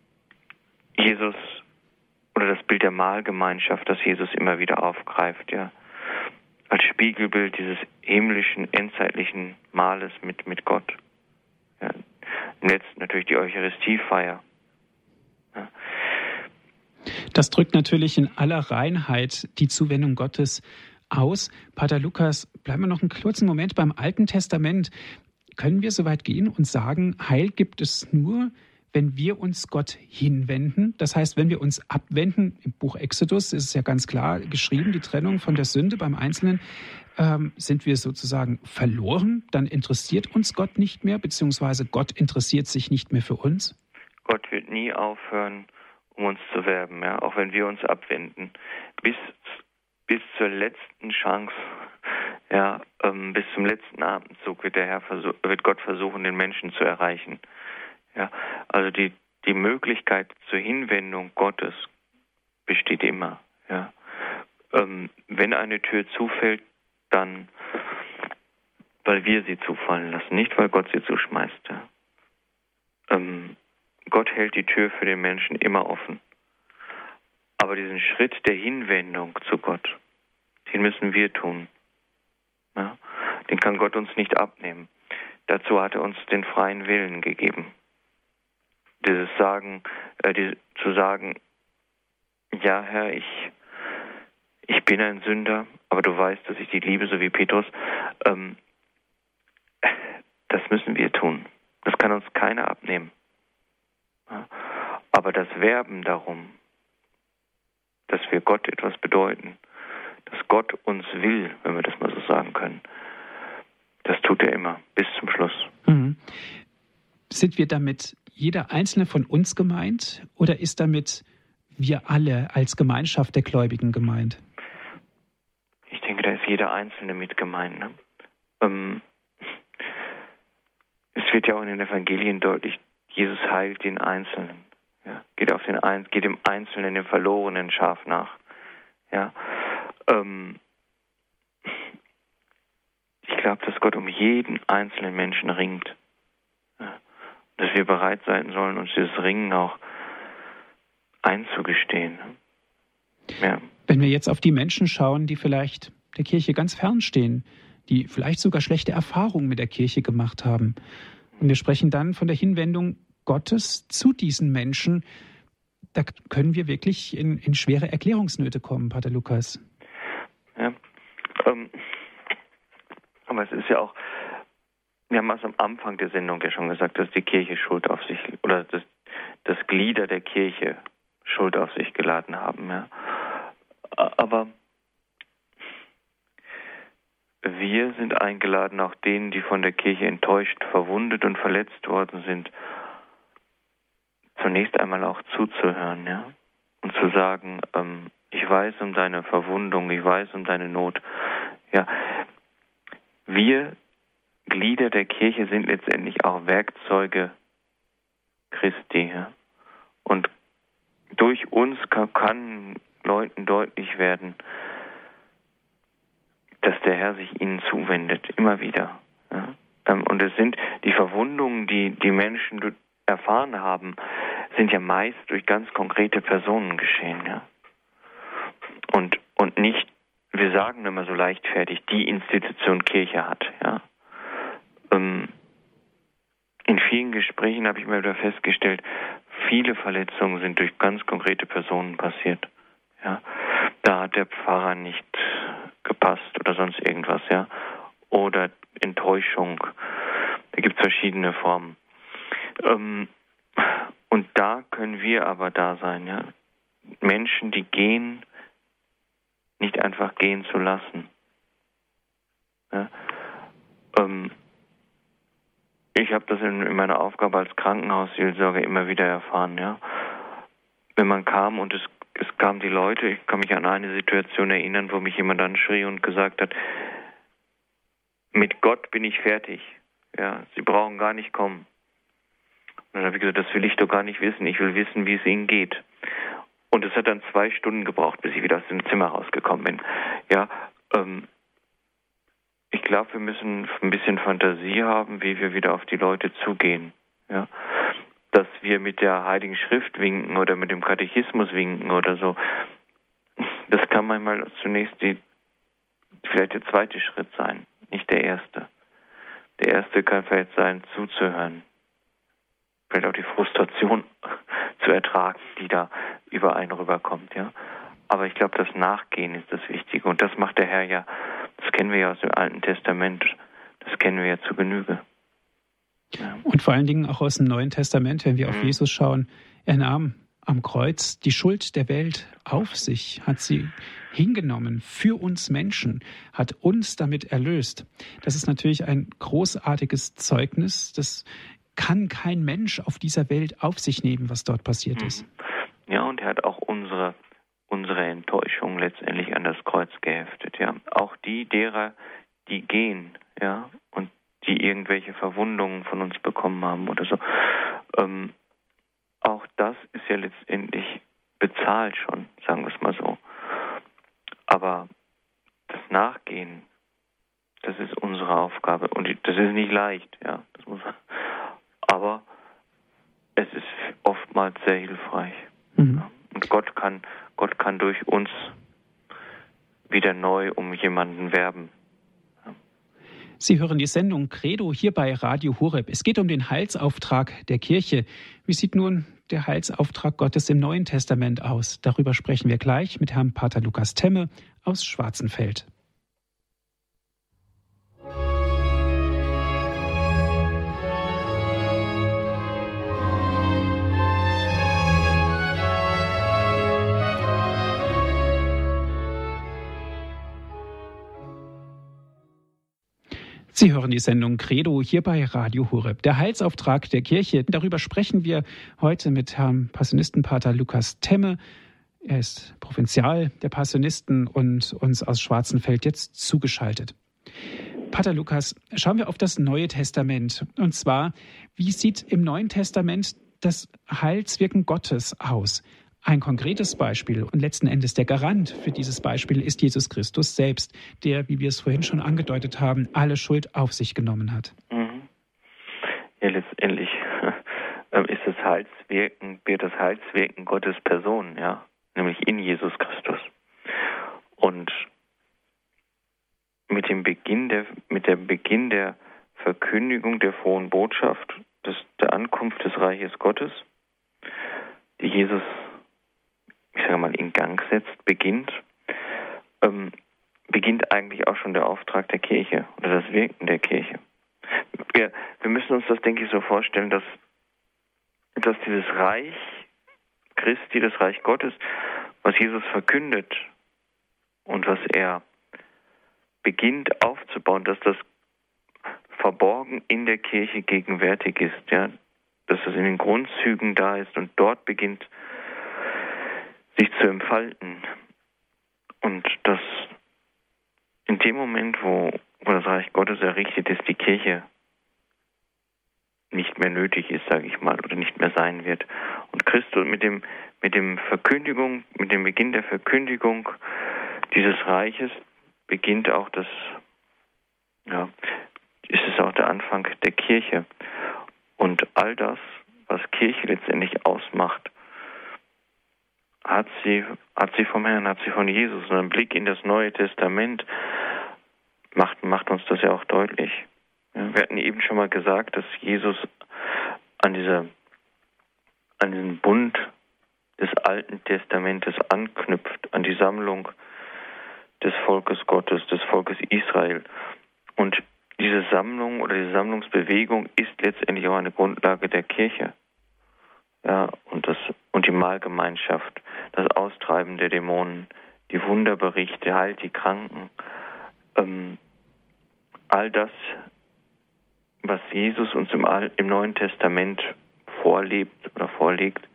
Jesus, oder das Bild der Mahlgemeinschaft, das Jesus immer wieder aufgreift, ja, als Spiegelbild dieses himmlischen, endzeitlichen Mahles mit, mit Gott. Ja. Im letzten natürlich die Eucharistiefeier. Ja. Das drückt natürlich in aller Reinheit die Zuwendung Gottes aus. Pater Lukas, bleiben wir noch einen kurzen Moment beim Alten Testament. Können wir so weit gehen und sagen, Heil gibt es nur, wenn wir uns Gott hinwenden? Das heißt, wenn wir uns abwenden, im Buch Exodus ist es ja ganz klar geschrieben, die Trennung von der Sünde beim Einzelnen, ähm, sind wir sozusagen verloren, dann interessiert uns Gott nicht mehr, beziehungsweise Gott interessiert sich nicht mehr für uns? Gott wird nie aufhören, um uns zu werben, ja, auch wenn wir uns abwenden. Bis bis zur letzten Chance, Ja, ähm, bis zum letzten Atemzug wird der Herr versuch, wird Gott versuchen, den Menschen zu erreichen. Ja, also die die Möglichkeit zur Hinwendung Gottes besteht immer. Ja, ähm, wenn eine Tür zufällt, dann weil wir sie zufallen lassen, nicht weil Gott sie zuschmeißt. Ja. Ähm, Gott hält die Tür für den Menschen immer offen. Aber diesen Schritt der Hinwendung zu Gott, den müssen wir tun. Ja? Den kann Gott uns nicht abnehmen. Dazu hat er uns den freien Willen gegeben. Dieses Sagen, äh, die, zu sagen, ja Herr, ich, ich bin ein Sünder, aber du weißt, dass ich dich liebe, so wie Petrus. Ähm, das müssen wir tun. Das kann uns keiner abnehmen. Ja? Aber das Werben darum, dass wir Gott etwas bedeuten, dass Gott uns will, wenn wir das mal so sagen können, das tut er immer, bis zum Schluss. Mhm. Sind wir damit jeder Einzelne von uns gemeint oder ist damit wir alle als Gemeinschaft der Gläubigen gemeint? Ich denke, da ist jeder Einzelne mit gemeint. Ne? Ähm, es wird ja auch in den Evangelien deutlich, Jesus heilt den Einzelnen. Ja? Geht, auf den Ein- geht dem Einzelnen, dem verlorenen Schaf nach. Ja? Ähm, ich glaube, dass Gott um jeden einzelnen Menschen ringt. Ja? Dass wir bereit sein sollen, uns dieses Ringen auch einzugestehen. Ja. Wenn wir jetzt auf die Menschen schauen, die vielleicht der Kirche ganz fern stehen, die vielleicht sogar schlechte Erfahrungen mit der Kirche gemacht haben, und wir sprechen dann von der Hinwendung Gottes zu diesen Menschen, da können wir wirklich in, in schwere Erklärungsnöte kommen, Pater Lukas. Ja, ähm, aber es ist ja auch, wir haben es am Anfang der Sendung ja schon gesagt, dass die Kirche Schuld auf sich, oder dass, dass Glieder der Kirche Schuld auf sich geladen haben. Ja. Aber wir sind eingeladen, auch denen, die von der Kirche enttäuscht, verwundet und verletzt worden sind, zunächst einmal auch zuzuhören, ja, und zu sagen, ähm, ich weiß um deine Verwundung, ich weiß um deine Not. Ja, wir Glieder der Kirche sind letztendlich auch Werkzeuge Christi, ja, und durch uns kann, kann Leuten deutlich werden, dass der Herr sich ihnen zuwendet, immer wieder. Ja. Und es sind die Verwundungen, die die Menschen erfahren haben, sind ja meist durch ganz konkrete Personen geschehen. Ja. Und, und nicht, wir sagen immer so leichtfertig, die Institution Kirche hat. Ja. Ähm, in vielen Gesprächen habe ich mal wieder festgestellt, viele Verletzungen sind durch ganz konkrete Personen passiert. Ja. Da hat der Pfarrer nicht gepasst oder sonst irgendwas, ja. Oder Enttäuschung. Da gibt es verschiedene Formen. Ähm, und da können wir aber da sein, ja. Menschen, die gehen, nicht einfach gehen zu lassen. Ja. Ähm, ich habe das in, in meiner Aufgabe als Krankenhausseelsorger immer wieder erfahren, ja. Wenn man kam und es Es kamen die Leute, ich kann mich an eine Situation erinnern, wo mich jemand anschrie und gesagt hat, mit Gott bin ich fertig. Ja, Sie brauchen gar nicht kommen. Und dann habe ich gesagt, das will ich doch gar nicht wissen. Ich will wissen, wie es Ihnen geht. Und es hat dann zwei Stunden gebraucht, bis ich wieder aus dem Zimmer rausgekommen bin. Ja, ähm, ich glaube, wir müssen ein bisschen Fantasie haben, wie wir wieder auf die Leute zugehen. Ja. Dass wir mit der Heiligen Schrift winken oder mit dem Katechismus winken oder so. Das kann manchmal zunächst die, vielleicht der zweite Schritt sein, nicht der erste. Der erste kann vielleicht sein, zuzuhören. Vielleicht auch die Frustration zu ertragen, die da über einen rüberkommt, ja. Aber ich glaube, das Nachgehen ist das Wichtige. Und das macht der Herr ja, das kennen wir ja aus dem Alten Testament, das kennen wir ja zu Genüge. Ja. Und vor allen Dingen auch aus dem Neuen Testament, wenn wir auf Mhm. Jesus schauen, er nahm am Kreuz die Schuld der Welt auf sich, hat sie hingenommen für uns Menschen, hat uns damit erlöst. Das ist natürlich ein großartiges Zeugnis, das kann kein Mensch auf dieser Welt auf sich nehmen, was dort passiert Mhm. ist. Ja, und er hat auch unsere, unsere Enttäuschung letztendlich an das Kreuz geheftet. Ja. Auch die derer, die gehen, ja, und die irgendwelche Verwundungen von uns bekommen haben oder so. Ähm, auch das ist ja letztendlich bezahlt schon, sagen wir es mal so. Aber das Nachgehen, das ist unsere Aufgabe und das ist nicht leicht, ja. Das muss, aber es ist oftmals sehr hilfreich. Mhm. Ja. Und Gott kann, Gott kann durch uns wieder neu um jemanden werben. Ja. Sie hören die Sendung Credo hier bei Radio Horeb. Es geht um den Heilsauftrag der Kirche. Wie sieht nun der Heilsauftrag Gottes im Neuen Testament aus? Darüber sprechen wir gleich mit Herrn Pater Lukas Temme aus Schwarzenfeld. Sie hören die Sendung Credo hier bei Radio Horeb. Der Heilsauftrag der Kirche. Darüber sprechen wir heute mit Herrn Passionistenpater Lukas Temme. Er ist Provinzial der Passionisten und uns aus Schwarzenfeld jetzt zugeschaltet. Pater Lukas, schauen wir auf das Neue Testament. Und zwar, wie sieht im Neuen Testament das Heilswirken Gottes aus? Ein konkretes Beispiel und letzten Endes der Garant für dieses Beispiel ist Jesus Christus selbst, der, wie wir es vorhin schon angedeutet haben, alle Schuld auf sich genommen hat. Mhm. Ja, letztendlich ist das Heilswirken, wird das Heilswirken Gottes Person, ja, nämlich in Jesus Christus. Und mit dem Beginn der, mit dem Beginn der Verkündigung der frohen Botschaft, des, der Ankunft des Reiches Gottes, die Jesus, ich sage mal, in Gang setzt, beginnt, ähm, beginnt eigentlich auch schon der Auftrag der Kirche oder das Wirken der Kirche. Wir, wir müssen uns das, denke ich, so vorstellen, dass, dass dieses Reich Christi, das Reich Gottes, was Jesus verkündet und was er beginnt aufzubauen, dass das verborgen in der Kirche gegenwärtig ist, ja, dass es in den Grundzügen da ist und dort beginnt, sich zu entfalten. Und dass in dem Moment, wo, wo das Reich Gottes errichtet ist, die Kirche nicht mehr nötig ist, sage ich mal, oder nicht mehr sein wird. Und Christus mit dem, mit dem Verkündigung, mit dem Beginn der Verkündigung dieses Reiches beginnt auch das, ja, ist es auch der Anfang der Kirche. Und all das, was Kirche letztendlich ausmacht, hat sie, hat sie vom Herrn, hat sie von Jesus. Und ein Blick in das Neue Testament macht, macht uns das ja auch deutlich. Ja, wir hatten eben schon mal gesagt, dass Jesus an dieser, an diesen Bund des Alten Testamentes anknüpft, an die Sammlung des Volkes Gottes, des Volkes Israel. Und diese Sammlung oder diese Sammlungsbewegung ist letztendlich auch eine Grundlage der Kirche. Ja, und das, und die Mahlgemeinschaft, das Austreiben der Dämonen, die Wunderberichte, heilt die Kranken, ähm, all das, was Jesus uns im, Al- im Neuen Testament vorlebt oder vorlegt,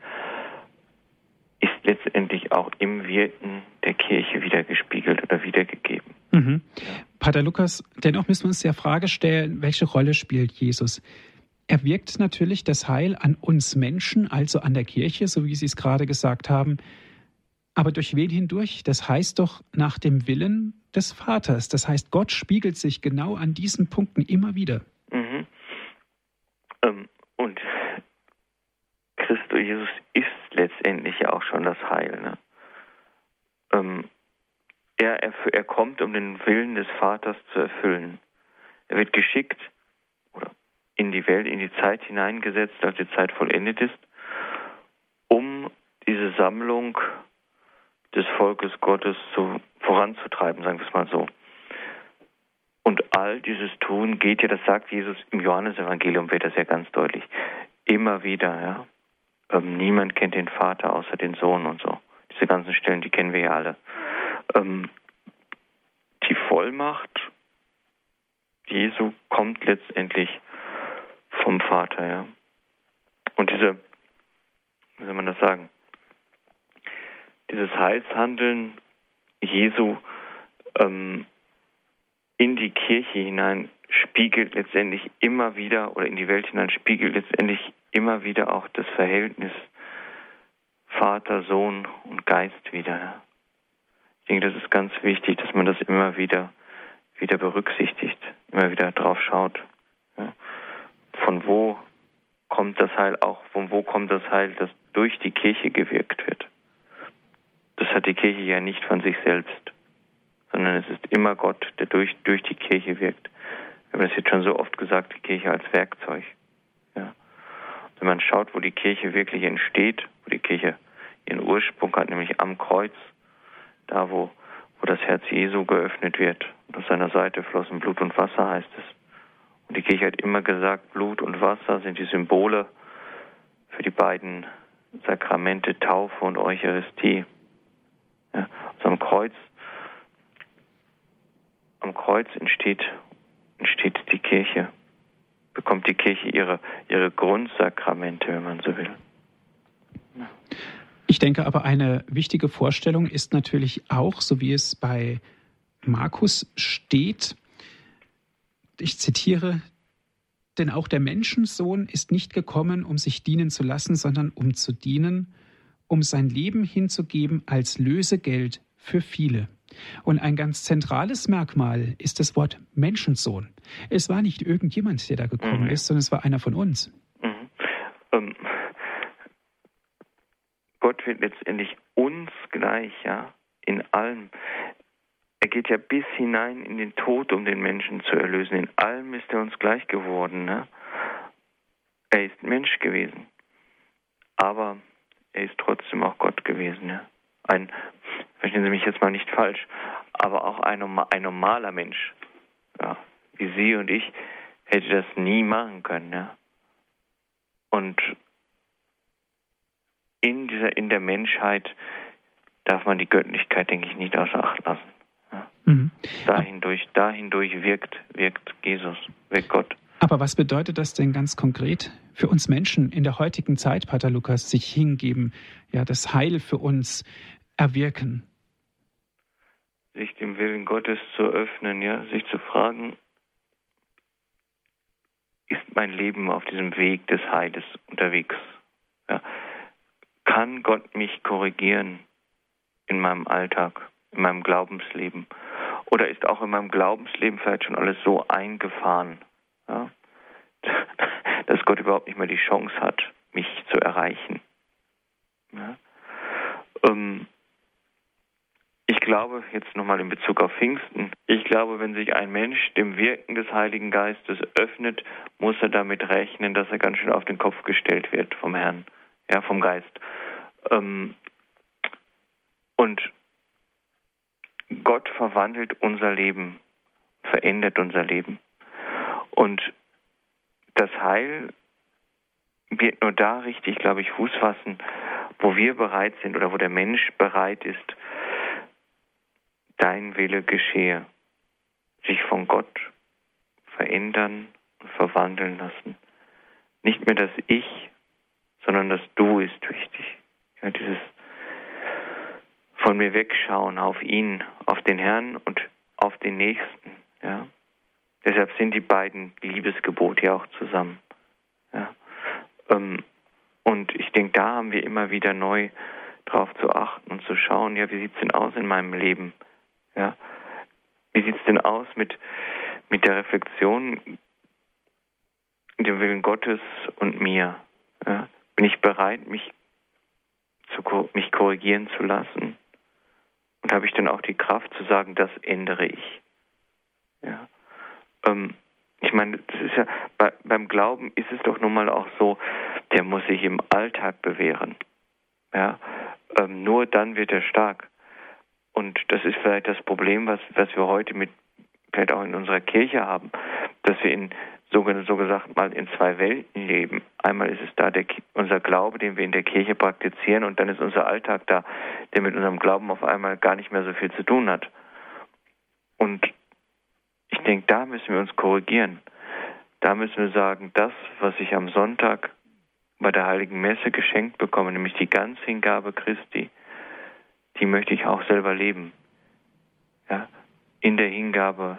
ist letztendlich auch im Wirken der Kirche wiedergespiegelt oder wiedergegeben. Mhm. Pater Lukas, dennoch müssen wir uns der Frage stellen, welche Rolle spielt Jesus? Er wirkt natürlich das Heil an uns Menschen, also an der Kirche, so wie Sie es gerade gesagt haben. Aber durch wen hindurch? Das heißt doch nach dem Willen des Vaters. Das heißt, Gott spiegelt sich genau an diesen Punkten immer wieder. Mhm. Ähm, und Christus Jesus ist letztendlich ja auch schon das Heil. Ne? Ähm, er, er, er kommt, um den Willen des Vaters zu erfüllen. Er wird geschickt oder in die Welt, in die Zeit hineingesetzt, als die Zeit vollendet ist, um diese Sammlung des Volkes Gottes zu, voranzutreiben, sagen wir es mal so. Und all dieses Tun geht ja, das sagt Jesus im Johannesevangelium, wird das ja ganz deutlich, immer wieder, ja. Ähm, niemand kennt den Vater außer den Sohn und so. Diese ganzen Stellen, die kennen wir ja alle. Ähm, die Vollmacht Jesu kommt letztendlich vom Vater, ja. Und diese, wie soll man das sagen, dieses Heilshandeln Jesu ähm, in die Kirche hinein spiegelt letztendlich immer wieder, oder in die Welt hinein spiegelt letztendlich immer wieder auch das Verhältnis Vater, Sohn und Geist wieder. Ich denke, das ist ganz wichtig, dass man das immer wieder, wieder berücksichtigt, immer wieder drauf schaut. Ja. Von wo kommt das Heil auch, von wo kommt das Heil, das durch die Kirche gewirkt wird? Das hat die Kirche ja nicht von sich selbst, sondern es ist immer Gott, der durch, durch die Kirche wirkt. Wir haben das jetzt schon so oft gesagt, die Kirche als Werkzeug. Ja. Wenn man schaut, wo die Kirche wirklich entsteht, wo die Kirche ihren Ursprung hat, nämlich am Kreuz, da wo, wo das Herz Jesu geöffnet wird, und aus seiner Seite flossen Blut und Wasser, heißt es. Und die Kirche hat immer gesagt, Blut und Wasser sind die Symbole für die beiden Sakramente Taufe und Eucharistie. Ja, also am Kreuz, am Kreuz entsteht, entsteht die Kirche, bekommt die Kirche ihre, ihre Grundsakramente, wenn man so will. Ja. Ich denke aber, eine wichtige Vorstellung ist natürlich auch, so wie es bei Markus steht, ich zitiere, denn auch der Menschensohn ist nicht gekommen, um sich dienen zu lassen, sondern um zu dienen, um sein Leben hinzugeben als Lösegeld für viele. Und ein ganz zentrales Merkmal ist das Wort Menschensohn. Es war nicht irgendjemand, der da gekommen mhm. ist, sondern es war einer von uns. Mhm. Ähm, Gott wird letztendlich uns gleich, ja, in allem. Er geht ja bis hinein in den Tod, um den Menschen zu erlösen. In allem ist er uns gleich geworden. Ne? Er ist Mensch gewesen, aber er ist trotzdem auch Gott gewesen. Ja? Ein, verstehen Sie mich jetzt mal nicht falsch, aber auch ein, ein normaler Mensch, ja, wie Sie und ich, hätte das nie machen können. Ja? Und in dieser, in der Menschheit darf man die Göttlichkeit, denke ich, nicht außer Acht lassen. Ja? Mhm. Dahindurch, dahindurch wirkt, wirkt Jesus, wirkt Gott. Aber was bedeutet das denn ganz konkret für uns Menschen in der heutigen Zeit, Pater Lukas, sich hingeben, ja, das Heil für uns erwirken? Sich dem Willen Gottes zu öffnen, ja, sich zu fragen, ist mein Leben auf diesem Weg des Heiles unterwegs? Ja. Kann Gott mich korrigieren in meinem Alltag, in meinem Glaubensleben? Oder ist auch in meinem Glaubensleben vielleicht schon alles so eingefahren, ja, dass Gott überhaupt nicht mehr die Chance hat, mich zu erreichen? Ja. Ähm, ich glaube, jetzt nochmal in Bezug auf Pfingsten, ich glaube, wenn sich ein Mensch dem Wirken des Heiligen Geistes öffnet, muss er damit rechnen, dass er ganz schön auf den Kopf gestellt wird vom Herrn, ja, vom Geist. Ähm, und Gott verwandelt unser Leben, verändert unser Leben. Und das Heil wird nur da richtig, glaube ich, Fuß fassen, wo wir bereit sind oder wo der Mensch bereit ist, dein Wille geschehe, sich von Gott verändern und verwandeln lassen. Nicht mehr das Ich, sondern das Du ist wichtig. Ja, dieses von mir wegschauen auf ihn, auf den Herrn und auf den Nächsten. Ja. Deshalb sind die beiden Liebesgebote ja auch zusammen. Ja. Ähm, und ich denke, da haben wir immer wieder neu drauf zu achten und zu schauen, ja, wie sieht es denn aus in meinem Leben? Ja. Wie sieht es denn aus mit, mit der Reflexion, dem Willen Gottes und mir? Ja. Bin ich bereit, mich, zu, mich korrigieren zu lassen? Und habe ich dann auch die Kraft zu sagen, das ändere ich? Ja. Ähm, ich meine, das ist ja, bei, beim Glauben ist es doch nun mal auch so, der muss sich im Alltag bewähren. Ja. Ähm, nur dann wird er stark. Und das ist vielleicht das Problem, was, was wir heute mit, vielleicht auch in unserer Kirche haben, dass wir in so, so gesagt mal in zwei Welten leben. Einmal ist es da der, unser Glaube, den wir in der Kirche praktizieren, und dann ist unser Alltag da, der mit unserem Glauben auf einmal gar nicht mehr so viel zu tun hat. Und ich denke, da müssen wir uns korrigieren. Da müssen wir sagen, das, was ich am Sonntag bei der Heiligen Messe geschenkt bekomme, nämlich die Ganzhingabe Christi, die möchte ich auch selber leben. Ja, in der Hingabe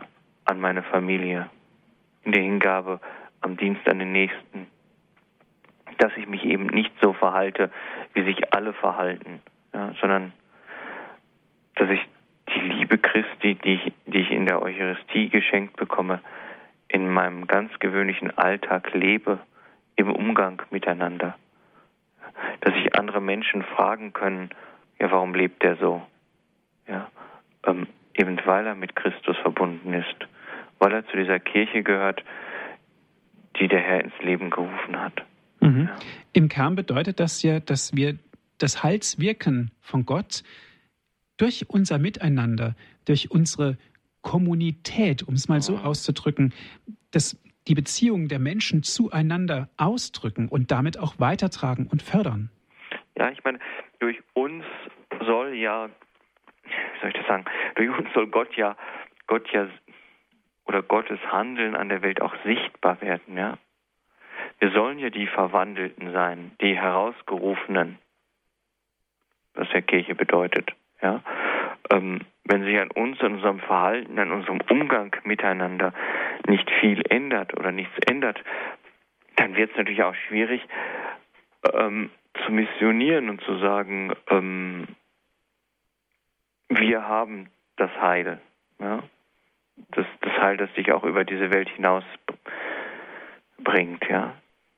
an meine Familie, in der Hingabe am Dienst an den Nächsten, dass ich mich eben nicht so verhalte, wie sich alle verhalten, ja, sondern dass ich die Liebe Christi, die ich, die ich in der Eucharistie geschenkt bekomme, in meinem ganz gewöhnlichen Alltag lebe, im Umgang miteinander. Dass sich andere Menschen fragen können, ja, warum lebt der so? Ja, ähm, eben weil er mit Christus verbunden ist, weil er zu dieser Kirche gehört, die der Herr ins Leben gerufen hat. Mhm. Ja. Im Kern bedeutet das ja, dass wir das Heilswirken von Gott durch unser Miteinander, durch unsere Kommunität, um es mal so auszudrücken, dass die Beziehungen der Menschen zueinander ausdrücken und damit auch weitertragen und fördern. Ja, ich meine, durch uns soll ja, wie soll ich das sagen, durch uns soll Gott ja, Gott ja, oder Gottes Handeln an der Welt auch sichtbar werden, ja. Wir sollen ja die Verwandelten sein, die Herausgerufenen, was ja Kirche bedeutet, ja. Ähm, wenn sich an uns, an unserem Verhalten, an unserem Umgang miteinander nicht viel ändert oder nichts ändert, dann wird es natürlich auch schwierig, ähm, zu missionieren und zu sagen, ähm, wir haben das Heil, ja? das, das Heil, das sich auch über diese Welt hinaus bringt. Ja?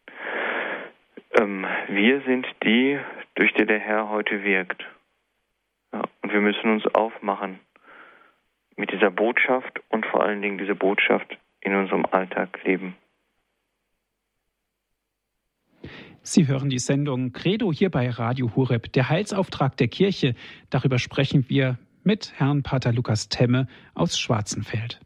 Ähm, wir sind die, durch die der Herr heute wirkt. Ja? Und wir müssen uns aufmachen mit dieser Botschaft und vor allen Dingen diese Botschaft in unserem Alltag leben. Sie hören die Sendung Credo hier bei Radio Horeb, der Heilsauftrag der Kirche. Darüber sprechen wir mit Herrn Pater Lukas Temme aus Schwarzenfeld.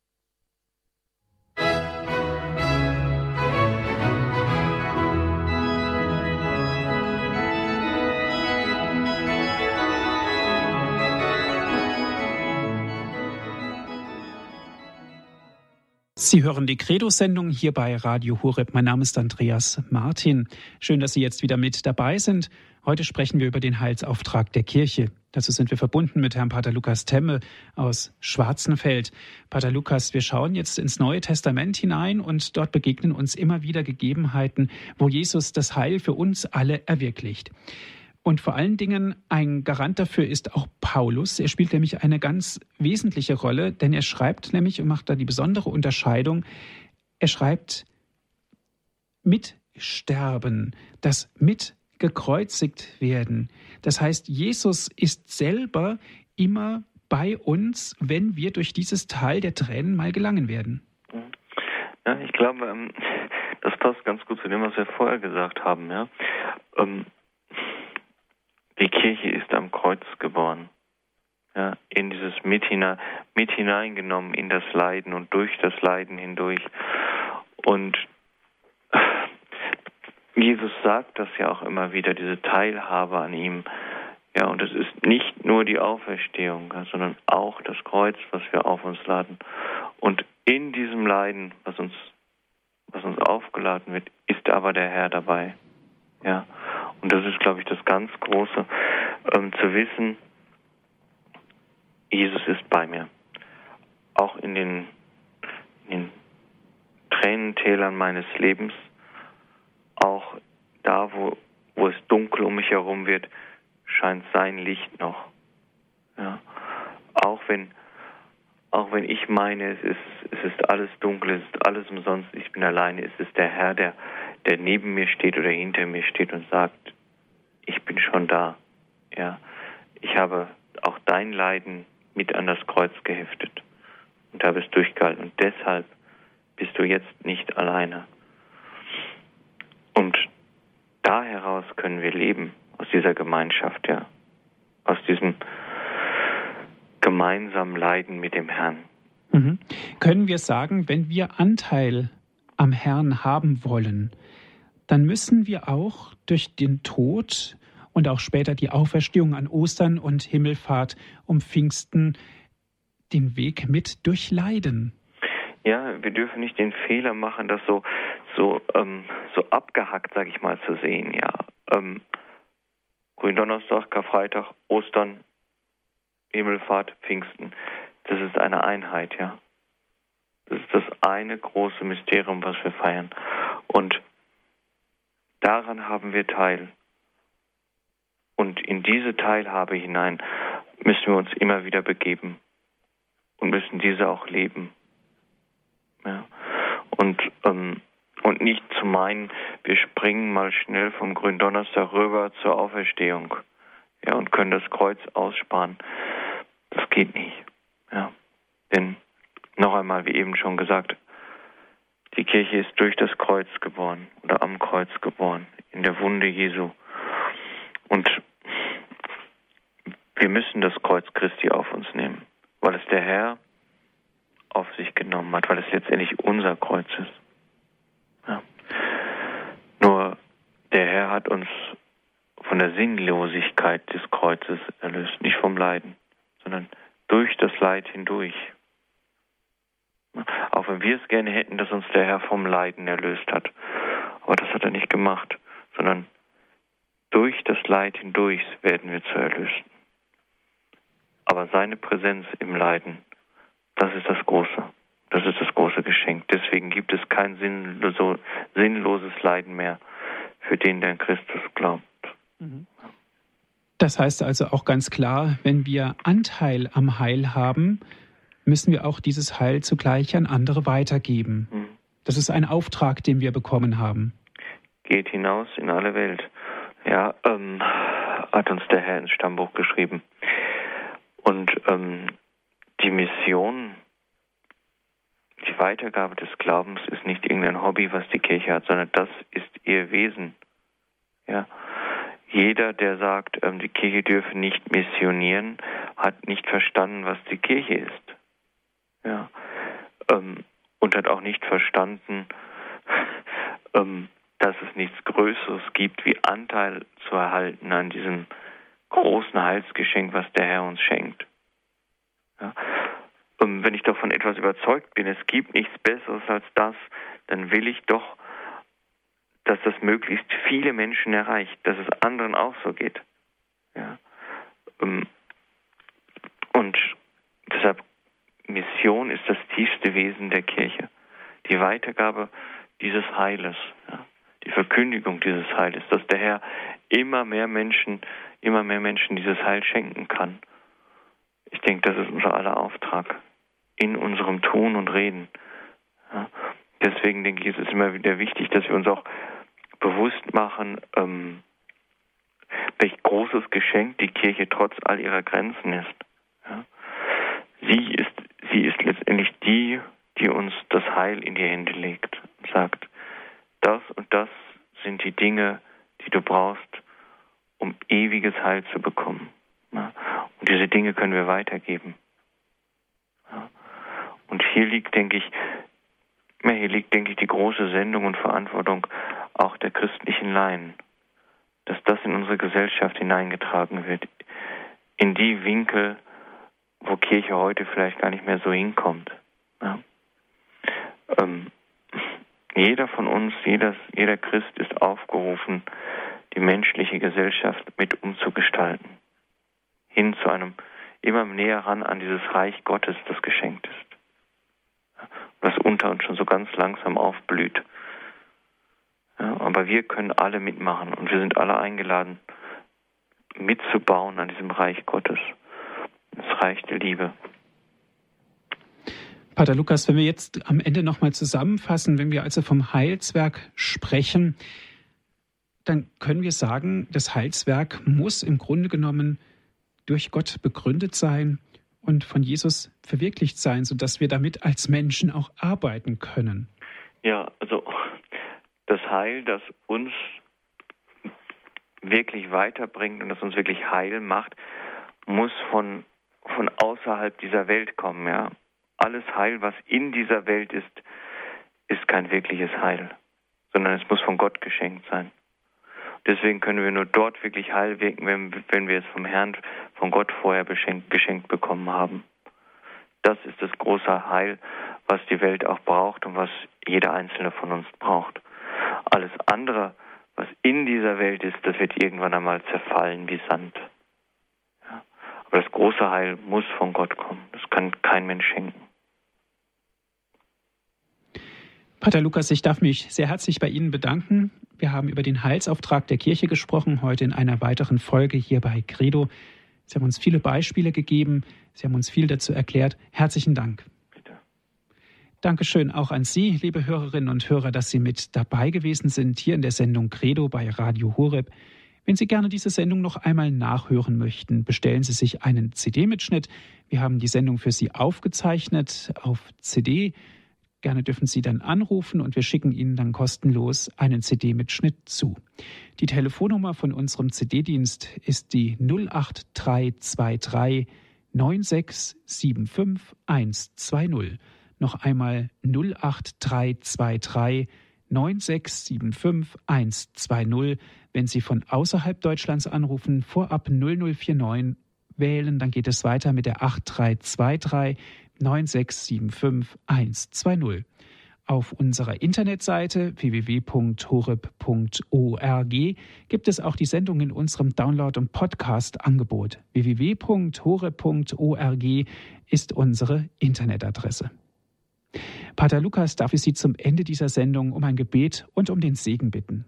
Sie hören die Credo-Sendung hier bei Radio Horeb. Mein Name ist Andreas Martin. Schön, dass Sie jetzt wieder mit dabei sind. Heute sprechen wir über den Heilsauftrag der Kirche. Dazu sind wir verbunden mit Herrn Pater Lukas Temme aus Schwarzenfeld. Pater Lukas, wir schauen jetzt ins Neue Testament hinein und dort begegnen uns immer wieder Gegebenheiten, wo Jesus das Heil für uns alle erwirklicht. Und vor allen Dingen ein Garant dafür ist auch Paulus. Er spielt nämlich eine ganz wesentliche Rolle, denn er schreibt nämlich und macht da die besondere Unterscheidung. Er schreibt mitsterben, das mit gekreuzigt werden. Das heißt, Jesus ist selber immer bei uns, wenn wir durch dieses Tal der Tränen mal gelangen werden. Ja, ich glaube, das passt ganz gut zu dem, was wir vorher gesagt haben. Ja. Die Kirche ist am Kreuz geboren, ja, in dieses mit, hinein, mit hineingenommen in das Leiden und durch das Leiden hindurch. Und Jesus sagt das ja auch immer wieder, diese Teilhabe an ihm. Ja, und es ist nicht nur die Auferstehung, ja, sondern auch das Kreuz, was wir auf uns laden. Und in diesem Leiden, was uns, was uns aufgeladen wird, ist aber der Herr dabei. Ja. Und das ist, glaube ich, das ganz Große, ähm, zu wissen, Jesus ist bei mir. Auch in den, in den Tränentälern meines Lebens, auch da, wo, wo es dunkel um mich herum wird, scheint sein Licht noch. Ja. Auch wenn, auch wenn ich meine, es ist, es ist alles dunkel, es ist alles umsonst, ich bin alleine, es ist der Herr, der, der neben mir steht oder hinter mir steht und sagt, ich bin schon da. Ja. Ich habe auch dein Leiden mit an das Kreuz geheftet und habe es durchgehalten. Und deshalb bist du jetzt nicht alleine. Und da heraus können wir leben, aus dieser Gemeinschaft, ja, aus diesem gemeinsamen Leiden mit dem Herrn. Mhm. Können wir sagen, wenn wir Anteil am Herrn haben wollen, dann müssen wir auch durch den Tod und auch später die Auferstehung an Ostern und Himmelfahrt um Pfingsten den Weg mit durchleiden. Ja, wir dürfen nicht den Fehler machen, das so so ähm, so abgehackt, sage ich mal, zu sehen. Ja, ähm, Gründonnerstag, Karfreitag, Ostern, Himmelfahrt, Pfingsten. Das ist eine Einheit, ja. Das ist das eine große Mysterium, was wir feiern. Und daran haben wir Teil. Und in diese Teilhabe hinein müssen wir uns immer wieder begeben und müssen diese auch leben. Ja. Und, ähm, und nicht zu meinen, wir springen mal schnell vom Gründonnerstag rüber zur Auferstehung, ja, und können das Kreuz aussparen. Das geht nicht. Ja. Denn noch einmal, wie eben schon gesagt, die Kirche ist durch das Kreuz geboren oder am Kreuz geboren, in der Wunde Jesu. Und wir müssen das Kreuz Christi auf uns nehmen, weil es der Herr auf sich genommen hat, weil es letztendlich unser Kreuz ist. Ja. Nur der Herr hat uns von der Sinnlosigkeit des Kreuzes erlöst, nicht vom Leiden, sondern durch das Leid hindurch. Auch wenn wir es gerne hätten, dass uns der Herr vom Leiden erlöst hat. Aber das hat er nicht gemacht, sondern durch das Leid hindurch werden wir zu Erlösten. Aber seine Präsenz im Leiden, das ist das Große. Das ist das große Geschenk. Deswegen gibt es kein sinnlo- sinnloses Leiden mehr für den, der an Christus glaubt. Das heißt also auch ganz klar, wenn wir Anteil am Heil haben, müssen wir auch dieses Heil zugleich an andere weitergeben. Mhm. Das ist ein Auftrag, den wir bekommen haben. Geht hinaus in alle Welt. Ja, ähm, hat uns der Herr ins Stammbuch geschrieben. Und ähm, die Mission, die Weitergabe des Glaubens ist nicht irgendein Hobby, was die Kirche hat, sondern das ist ihr Wesen. Ja. Jeder, der sagt, ähm, die Kirche dürfe nicht missionieren, hat nicht verstanden, was die Kirche ist. Ja. Ähm, und hat auch nicht verstanden, ähm, dass es nichts Größeres gibt, wie Anteil zu erhalten an diesem großen Heilsgeschenk, was der Herr uns schenkt. Ja. Und wenn ich doch von etwas überzeugt bin, es gibt nichts Besseres als das, dann will ich doch, dass das möglichst viele Menschen erreicht, dass es anderen auch so geht. Ja. Und deshalb, Mission ist das tiefste Wesen der Kirche. Die Weitergabe dieses Heiles, ja. Die Verkündigung dieses Heiles, dass der Herr immer mehr Menschen, immer mehr Menschen dieses Heil schenken kann. Ich denke, das ist unser aller Auftrag in unserem Tun und Reden. Ja. Deswegen denke ich, es ist immer wieder wichtig, dass wir uns auch bewusst machen, ähm, welch großes Geschenk die Kirche trotz all ihrer Grenzen ist. Ja. Sie ist, sie ist letztendlich die, die uns das Heil in die Hände legt und sagt, das und das sind die Dinge, die du brauchst, um ewiges Heil zu bekommen. Ja. Und diese Dinge können wir weitergeben. Ja. Und hier liegt, denke ich, hier liegt, denke ich, die große Sendung und Verantwortung auch der christlichen Laien, dass das in unsere Gesellschaft hineingetragen wird, in die Winkel, wo Kirche heute vielleicht gar nicht mehr so hinkommt. Ja. Ähm, jeder von uns, jeder, jeder Christ ist aufgerufen, die menschliche Gesellschaft mit umzugestalten, hin zu einem immer näher ran an dieses Reich Gottes, das geschenkt ist, was unter uns schon so ganz langsam aufblüht. Ja, aber wir können alle mitmachen und wir sind alle eingeladen, mitzubauen an diesem Reich Gottes, das Reich der Liebe. Pater Lukas, wenn wir jetzt am Ende nochmal zusammenfassen, wenn wir also vom Heilswerk sprechen, dann können wir sagen, das Heilswerk muss im Grunde genommen durch Gott begründet sein und von Jesus verwirklicht sein, sodass wir damit als Menschen auch arbeiten können. Ja, also das Heil, das uns wirklich weiterbringt und das uns wirklich heil macht, muss von, von außerhalb dieser Welt kommen. Ja? Alles Heil, was in dieser Welt ist, ist kein wirkliches Heil, sondern es muss von Gott geschenkt sein. Deswegen können wir nur dort wirklich heil wirken, wenn, wenn wir es vom Herrn, von Gott vorher beschenkt, geschenkt bekommen haben. Das ist das große Heil, was die Welt auch braucht und was jeder Einzelne von uns braucht. Alles andere, was in dieser Welt ist, das wird irgendwann einmal zerfallen wie Sand. Ja. Aber das große Heil muss von Gott kommen. Das kann kein Mensch schenken. Pater Lukas, ich darf mich sehr herzlich bei Ihnen bedanken. Wir haben über den Heilsauftrag der Kirche gesprochen, heute in einer weiteren Folge hier bei Credo. Sie haben uns viele Beispiele gegeben, Sie haben uns viel dazu erklärt. Herzlichen Dank. Bitte. Dankeschön auch an Sie, liebe Hörerinnen und Hörer, dass Sie mit dabei gewesen sind hier in der Sendung Credo bei Radio Horeb. Wenn Sie gerne diese Sendung noch einmal nachhören möchten, bestellen Sie sich einen C D-Mitschnitt. Wir haben die Sendung für Sie aufgezeichnet auf C D. Gerne dürfen Sie dann anrufen und wir schicken Ihnen dann kostenlos einen C D-Mitschnitt zu. Die Telefonnummer von unserem C D-Dienst ist die null acht drei zwei drei neun sechs sieben fünf eins zwei null. Noch einmal null acht drei zwei drei neun sechs sieben fünf eins zwei null. Wenn Sie von außerhalb Deutschlands anrufen, vorab null null vier neun wählen, dann geht es weiter mit der acht drei zwei drei neun sechs sieben fünf eins zwei null. Auf unserer Internetseite w w w punkt horeb punkt org gibt es auch die Sendung in unserem Download- und Podcast-Angebot. w w w punkt horeb punkt org ist unsere Internetadresse. Pater Lukas, darf ich Sie zum Ende dieser Sendung um ein Gebet und um den Segen bitten.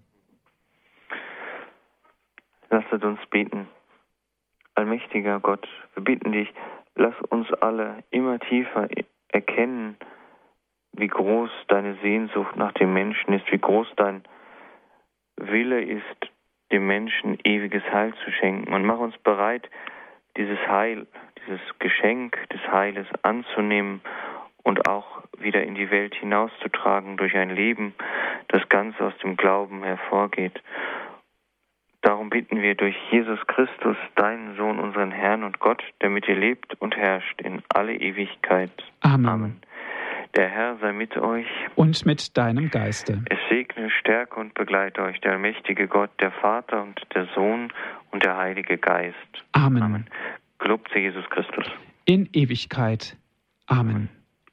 Lasset uns beten. Allmächtiger Gott, wir bitten dich, lass uns alle immer tiefer erkennen, wie groß deine Sehnsucht nach dem Menschen ist, wie groß dein Wille ist, dem Menschen ewiges Heil zu schenken. Und mach uns bereit, dieses Heil, dieses Geschenk des Heiles anzunehmen und auch wieder in die Welt hinauszutragen durch ein Leben, das ganz aus dem Glauben hervorgeht. Darum bitten wir durch Jesus Christus, deinen Sohn, unseren Herrn und Gott, der mit dir lebt und herrscht in alle Ewigkeit. Amen. Amen. Der Herr sei mit euch. Und mit deinem Geiste. Es segne, stärke und begleite euch der allmächtige Gott, der Vater und der Sohn und der Heilige Geist. Amen. Amen. Gelobt sei Jesus Christus. In Ewigkeit. Amen.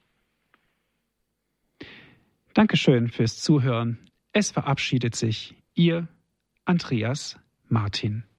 Dankeschön fürs Zuhören. Es verabschiedet sich Ihr Andreas Martin.